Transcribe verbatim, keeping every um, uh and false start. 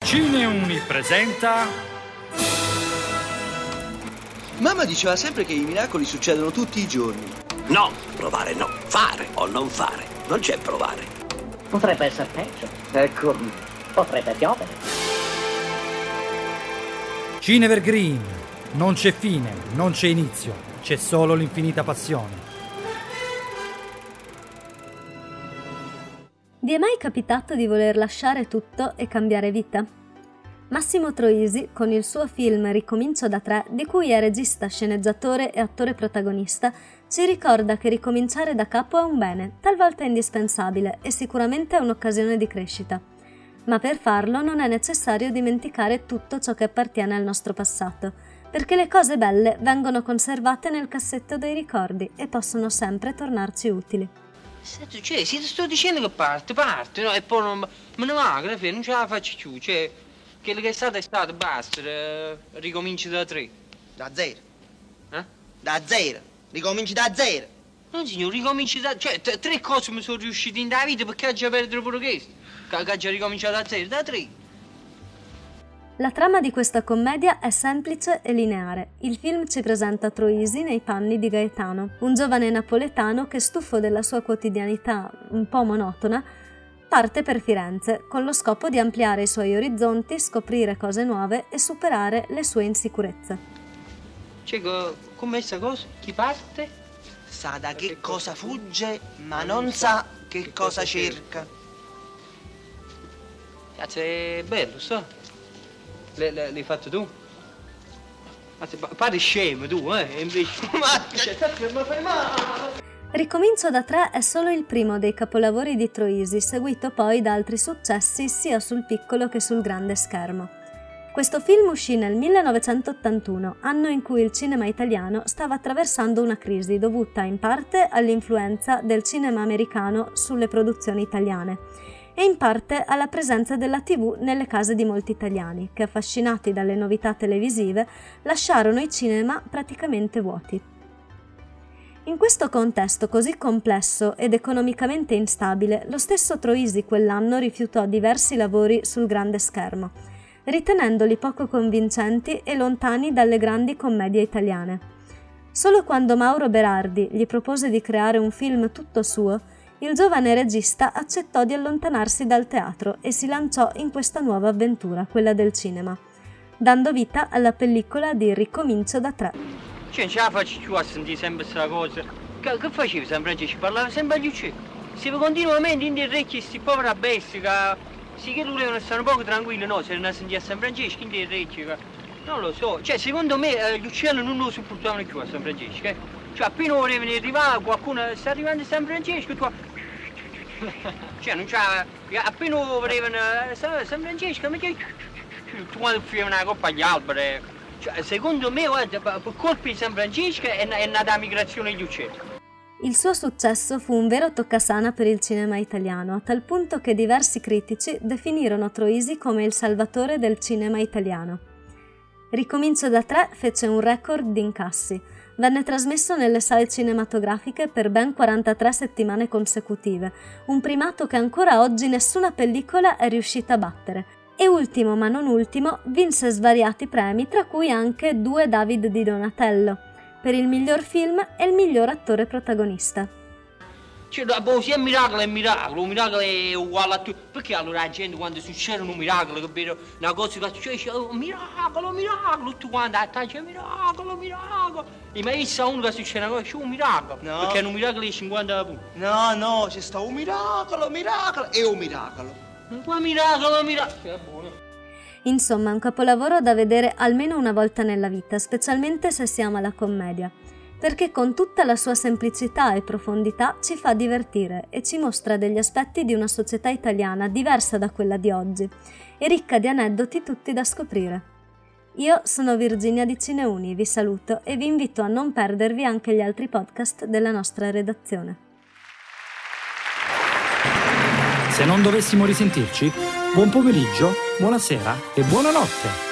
Cineuni presenta... Mamma diceva sempre che i miracoli succedono tutti i giorni. No, provare no, fare o non fare, non c'è provare. Potrebbe essere peggio, ecco, potrebbe piovere. Cinevergreen, non c'è fine, non c'è inizio, c'è solo l'infinita passione. Vi è mai capitato di voler lasciare tutto e cambiare vita? Massimo Troisi, con il suo film Ricomincio da tre, di cui è regista, sceneggiatore e attore protagonista, ci ricorda che ricominciare da capo è un bene, talvolta indispensabile e sicuramente è un'occasione di crescita. Ma per farlo non è necessario dimenticare tutto ciò che appartiene al nostro passato, perché le cose belle vengono conservate nel cassetto dei ricordi e possono sempre tornarci utili. Cioè, si sto dicendo che parte, parte, no? E poi non, me ne manca, non ce la faccio più, cioè, quello che è stato è stato, basta, eh, ricominci da tre. Da zero? Eh? Da zero, ricominci da zero. No signor, ricominci da... cioè, t- tre cose mi sono riusciti in da vita perché ho già perduto pure questo, che ho già ricominciato da zero, da tre. La trama di questa commedia è semplice e lineare. Il film ci presenta Troisi nei panni di Gaetano, un giovane napoletano che, stufo della sua quotidianità un po' monotona, parte per Firenze con lo scopo di ampliare i suoi orizzonti, scoprire cose nuove e superare le sue insicurezze. Cioè, co- com'è sta cosa? Chi parte? Sa da che cosa fugge, ma non sa che cosa cerca. Cazzo, è bello, sto. Le, le, l'hai fatto tu? Ma se pare scemo tu, eh? Invece... Ma cioè, ma fai male! Ricomincio da tre è solo il primo dei capolavori di Troisi, seguito poi da altri successi sia sul piccolo che sul grande schermo. Questo film uscì nel millenovecentottantuno, anno in cui il cinema italiano stava attraversando una crisi dovuta in parte all'influenza del cinema americano sulle produzioni italiane e in parte alla presenza della tivù nelle case di molti italiani, che affascinati dalle novità televisive lasciarono i cinema praticamente vuoti. In questo contesto così complesso ed economicamente instabile, lo stesso Troisi quell'anno rifiutò diversi lavori sul grande schermo, ritenendoli poco convincenti e lontani dalle grandi commedie italiane. Solo quando Mauro Berardi gli propose di creare un film tutto suo, il giovane regista accettò di allontanarsi dal teatro e si lanciò in questa nuova avventura, quella del cinema, dando vita alla pellicola di Ricomincio da tre. Cioè, non ce la faccio più a sentire sempre questa cosa. Che, che facevi sempre? Ci parlava sempre agli uccelli. Si continuamente in orecchie questi poveri bestie che... Sì che volevano stare un po' tranquilli, no? Se ne sentiva a San Francesco in orecchie che... Non lo so. Cioè, secondo me eh, gli uccelli non lo supportavano più a San Francesco, eh? Cioè, appena volevano arrivare, qualcuno sta arrivando a San Francesco, tu... Cioè, non c'ha... Appena volevano a San Francesco, ma che... Tu quando fai una coppa agli alberi... Cioè, secondo me, guarda, per colpa di San Francesco è, è nata la migrazione degli uccelli. Il suo successo fu un vero toccasana per il cinema italiano, a tal punto che diversi critici definirono Troisi come il salvatore del cinema italiano. Ricomincio da tre fece un record di incassi. Venne trasmesso nelle sale cinematografiche per ben quarantatré settimane consecutive, un primato che ancora oggi nessuna pellicola è riuscita a battere. E ultimo ma non ultimo, vinse svariati premi, tra cui anche due David di Donatello, per il miglior film e il miglior attore protagonista. Cioè, boh, se è miracolo è miracolo, un miracolo è uguale a tutti. Perché allora la gente quando succede un miracolo, capito? Una cosa che succede, dice, oh, miracolo, miracolo, tutti quanti attacciano, miracolo, miracolo. E mai visto uno che succede una cosa, c'è un miracolo. No. Perché è un miracolo di cinquanta punti. No, no, c'è sta un miracolo, miracolo, e un miracolo. Ma miracolo, miracolo, è buono. Insomma, un capolavoro da vedere almeno una volta nella vita, specialmente se si ama la commedia, perché con tutta la sua semplicità e profondità ci fa divertire e ci mostra degli aspetti di una società italiana diversa da quella di oggi e ricca di aneddoti tutti da scoprire. Io sono Virginia di Cineuni, vi saluto e vi invito a non perdervi anche gli altri podcast della nostra redazione. Se non dovessimo risentirci, buon pomeriggio, buonasera e buonanotte!